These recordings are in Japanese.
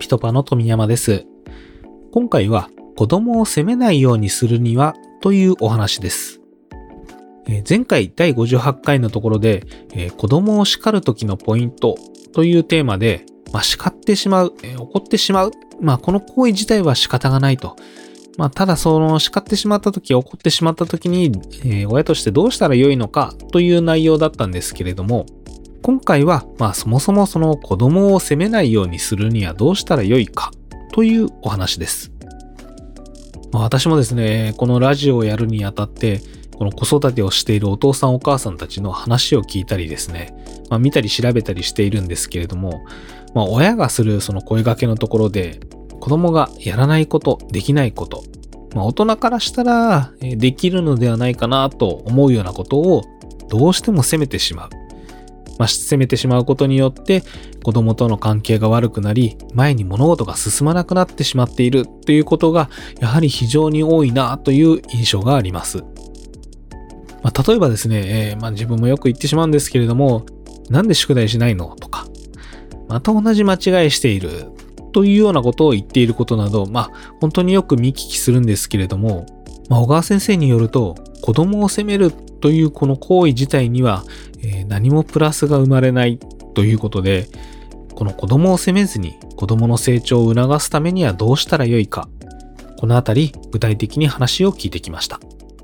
トパの富山です。今回は子供を責めないようにするにはというお話です。前回第58回のところで、子供を叱る時のポイントというテーマで、叱ってしまう、怒ってしまう、この行為自体は仕方がないと。ただその叱ってしまった時、怒ってしまった時に、親としてどうしたらよいのかという内容だったんですけれども、今回はそもそもその子供を責めないようにするにはどうしたらよいかというお話です。私もですね、このラジオをやるにあたって、この子育てをしているお父さんお母さんたちの話を聞いたりですね、見たり調べたりしているんですけれども、親がするその声掛けのところで、子供がやらないこと、できないこと、大人からしたらできるのではないかなと思うようなことをどうしても責めてしまう。責めてしまうことによって子供との関係が悪くなり、前に物事が進まなくなってしまっているということがやはり非常に多いなという印象があります。例えばですね、自分もよく言ってしまうんですけれども、なんで宿題しないのとか、また同じ間違いしているというようなことを言っていることなど、本当によく見聞きするんですけれども、小川先生によると、子供を責めるというこの行為自体には、何もプラスが生まれないということで、この子供を責めずに子供の成長を促すためにはどうしたらよいか、このあたり具体的に話を聞いてきました。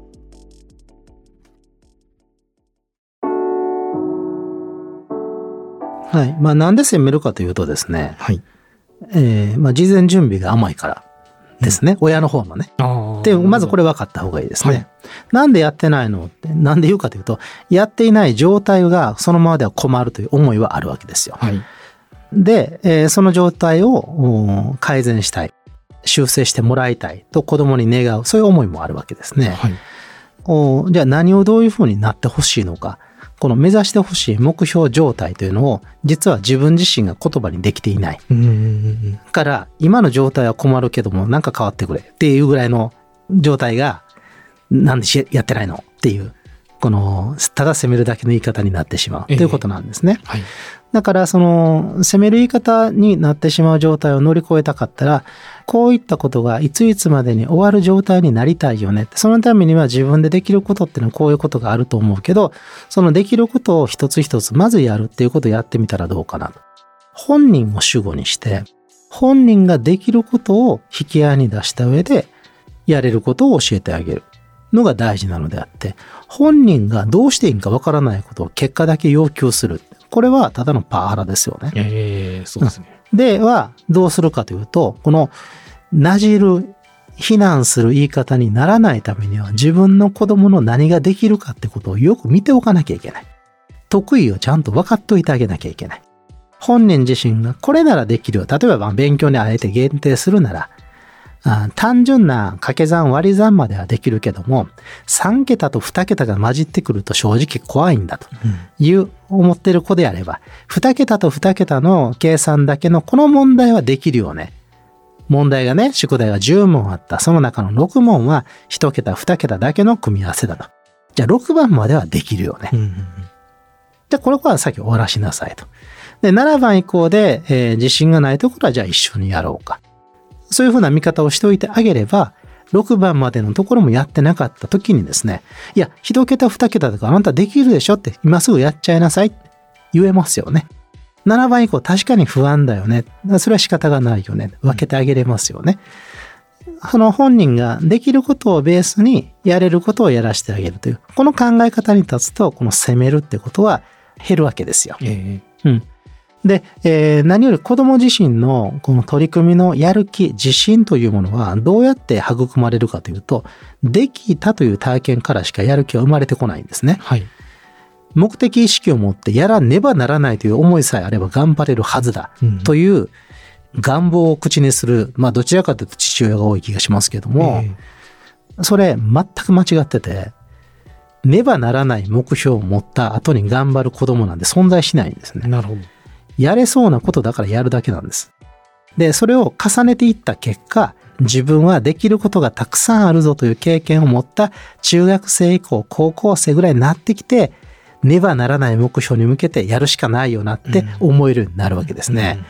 はい。なんで責めるかというとですね、 はい。 事前準備が甘いからですね、親の方のね。で、まずこれ分かった方がいいですね。はい、なんでやってないのって、なんで言うかというと、やっていない状態がそのままでは困るという思いはあるわけですよ。 はい、 で、その状態を改善したい、修正してもらいたいと子供に願う、そういう思いもあるわけですね。 はい、 じゃあ何をどういうふうになってほしいのか。この目指してほしい目標状態というのを実は自分自身が言葉にできていない。から今の状態は困るけどもなんか変わってくれっていうぐらいの状態がなんでやってないのっていうこのただ責めるだけの言い方になってしまうということなんですね。 はい、 だからその責める言い方になってしまう状態を乗り越えたかったらこういったことがいついつまでに終わる状態になりたいよね。そのためには自分でできることっていうのはこういうことがあると思うけど、そのできることを一つ一つまずやるっていうことをやってみたらどうかなと。本人を主語にして本人ができることを引き合いに出した上でやれることを教えてあげるのが大事なのであって、本人がどうしていいんかわからないことを結果だけ要求する。これはただのパワハラですよね。 そうですね。 ではどうするかというと、このなじる非難する言い方にならないためには自分の子供の何ができるかってことをよく見ておかなきゃいけない。得意をちゃんと分かっといてあげなきゃいけない。本人自身がこれならできるよ。例えば勉強にあえて限定するなら単純な掛け算割り算まではできるけども3桁と2桁が混じってくると正直怖いんだという思ってる子であれば、2桁と2桁の計算だけのこの問題はできるよね。問題がね、宿題が10問あった。その中の6問は1桁2桁だけの組み合わせだと。じゃあ6番まではできるよね。じゃあこの子は先終わらしなさいと。で7番以降で、自信がないところはじゃあ一緒にやろうか。そういうふうな見方をしておいてあげれば、6番までのところもやってなかった時にですね、いや、1桁2桁とかあなたできるでしょって、今すぐやっちゃいなさいって言えますよね。7番以降確かに不安だよね。それは仕方がないよね。分けてあげれますよね。その本人ができることをベースにやれることをやらせてあげるという、この考え方に立つと、この責めるってことは減るわけですよ。で、何より子供自身のこの取り組みのやる気、自信というものはどうやって育まれるかというと、できたという体験からしかやる気は生まれてこないんですね。 はい、 目的意識を持ってやらねばならないという思いさえあれば頑張れるはずだという願望を口にする、どちらかというと父親が多い気がしますけども、それ全く間違ってて、ねばならない目標を持った後に頑張る子供なんて存在しないんですね。 なるほど。 やれそうなことだからやるだけなんです。で、それを重ねていった結果、自分はできることがたくさんあるぞという経験を持った中学生以降、高校生ぐらいになってきて、ねばならない目標に向けてやるしかないよなって思えるようになるわけですね。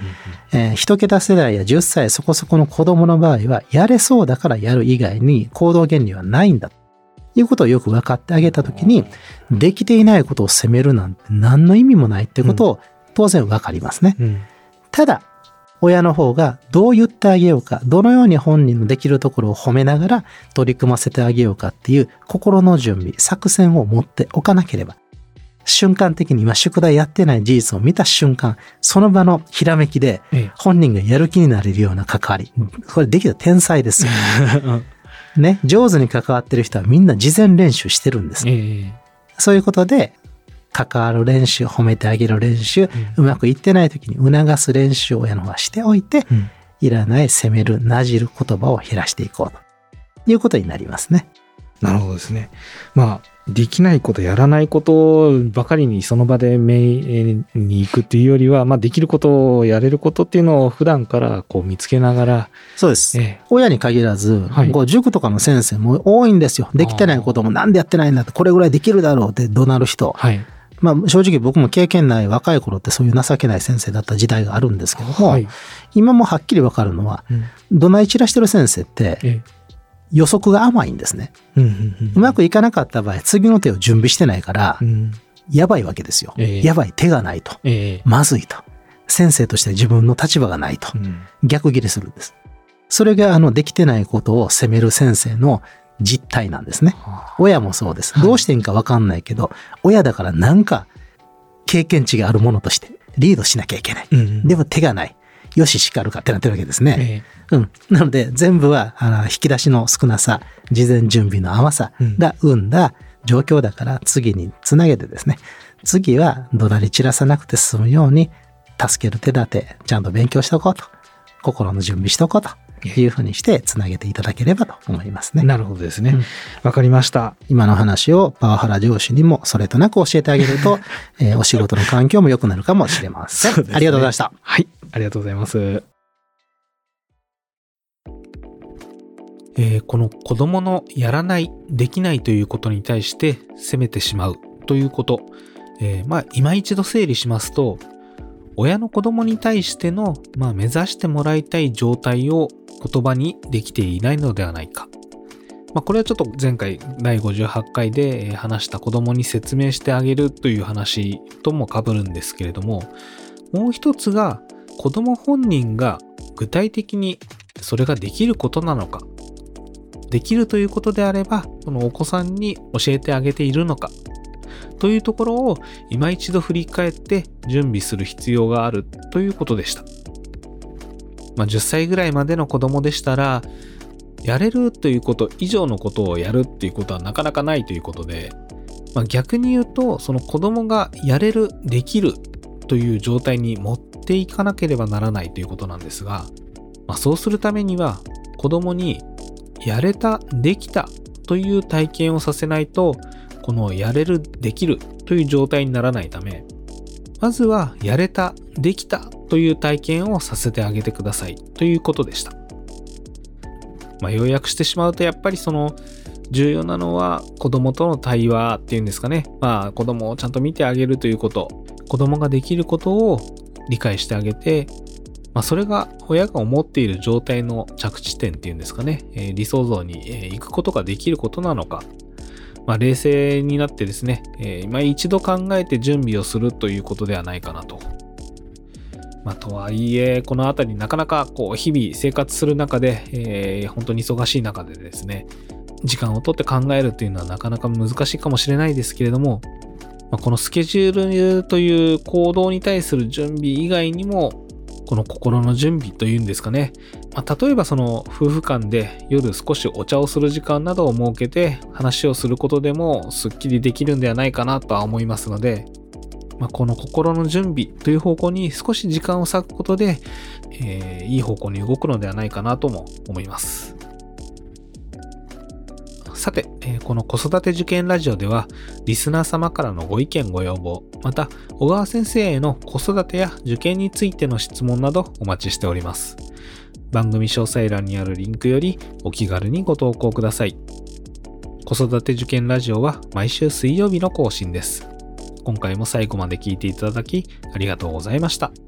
一桁世代や10歳そこそこの子供の場合は、やれそうだからやる以外に行動原理はないんだ。ということをよく分かってあげたときに、できていないことを責めるなんて何の意味もないってことを当然分かりますね。ただ、親の方がどう言ってあげようか、どのように本人のできるところを褒めながら取り組ませてあげようかっていう心の準備、作戦を持っておかなければ、瞬間的に今宿題やってない事実を見た瞬間、その場のひらめきで本人がやる気になれるような関わり、これできた天才ですよ。ね、上手に関わってる人はみんな事前練習してるんです。そういうことで、関わる練習、褒めてあげる練習、うまくいってない時に促す練習を親の方はしておいて、いらない責める、なじる言葉を減らしていこうということになりますね。 なるほどですね。できないこと、やらないことばかりにその場で目に行くっていうよりは、できることをやれることっていうのを普段から見つけながら。 そうです。親に限らず、塾とかの先生も多いんですよ。できてないこともなんでやってないんだって、これぐらいできるだろうって怒鳴る人。正直僕も経験ない若い頃ってそういう情けない先生だった時代があるんですけども、今もはっきりわかるのは、怒鳴り散らしてる先生って、予測が甘いんですね。うまくいかなかった場合、次の手を準備してないから、やばいわけですよ。やばい、手がないと。まずいと。先生として自分の立場がないと。逆ギレするんです。それができてないことを責める先生の実態なんですね。親もそうです。どうしていいか分かんないけど、親だからなんか経験値があるものとしてリードしなきゃいけない。でも手がない。よし叱るかってなってるわけですね。なので全部は引き出しの少なさ、事前準備の甘さが生んだ状況だから、次につなげてですね、次は怒鳴り散らさなくて済むように助ける手立て、ちゃんと勉強しておこうと、心の準備しておこうというふうにしてつなげていただければと思いますね。 なるほどですね。わかりました。 今の話をパワハラ上司にもそれとなく教えてあげると、お仕事の環境も良くなるかもしれません。ありがとうございました。 はい、ありがとうございます。この子供のやらない、できないということに対して責めてしまうということ、今一度整理しますと、親の子供に対しての、目指してもらいたい状態を言葉にできていないのではないか。これはちょっと前回第58回で話した子供に説明してあげるという話とも被るんですけれども、もう一つが子供本人が具体的にそれができることなのか、できるということであればそのお子さんに教えてあげているのかというところを今一度振り返って準備する必要があるということでした。10歳ぐらいまでの子供でしたら、やれるということ以上のことをやるっていうことはなかなかないということで、逆に言うとその子供がやれる、できるという状態に持っていかなければならないということなんですが、そうするためには子供にやれた、できたという体験をさせないと、このやれる、できるという状態にならないため、まずはやれた、できたという体験をさせてあげてくださいということでした。要約してしまうと、やっぱりその重要なのは子供との対話っていうんですかね。子供をちゃんと見てあげるということ、子供ができることを理解してあげて、それが親が思っている状態の着地点っていうんですかね、理想像に行くことができることなのか、冷静になってですね、今一度考えて準備をするということではないかなと。とはいえ、このあたりなかなか日々生活する中で、本当に忙しい中でですね、時間をとって考えるというのはなかなか難しいかもしれないですけれども、このスケジュールという行動に対する準備以外にも、この心の準備というんですかね。例えばその夫婦間で夜少しお茶をする時間などを設けて話をすることでもすっきりできるんではないかなとは思いますので、この心の準備という方向に少し時間を割くことで、いい方向に動くのではないかなとも思います。さて、この子育て受験ラジオではリスナー様からのご意見ご要望、また小川先生への子育てや受験についての質問などお待ちしております。番組詳細欄にあるリンクよりお気軽にご投稿ください。子育て受験ラジオは毎週水曜日の更新です。今回も最後まで聞いていただきありがとうございました。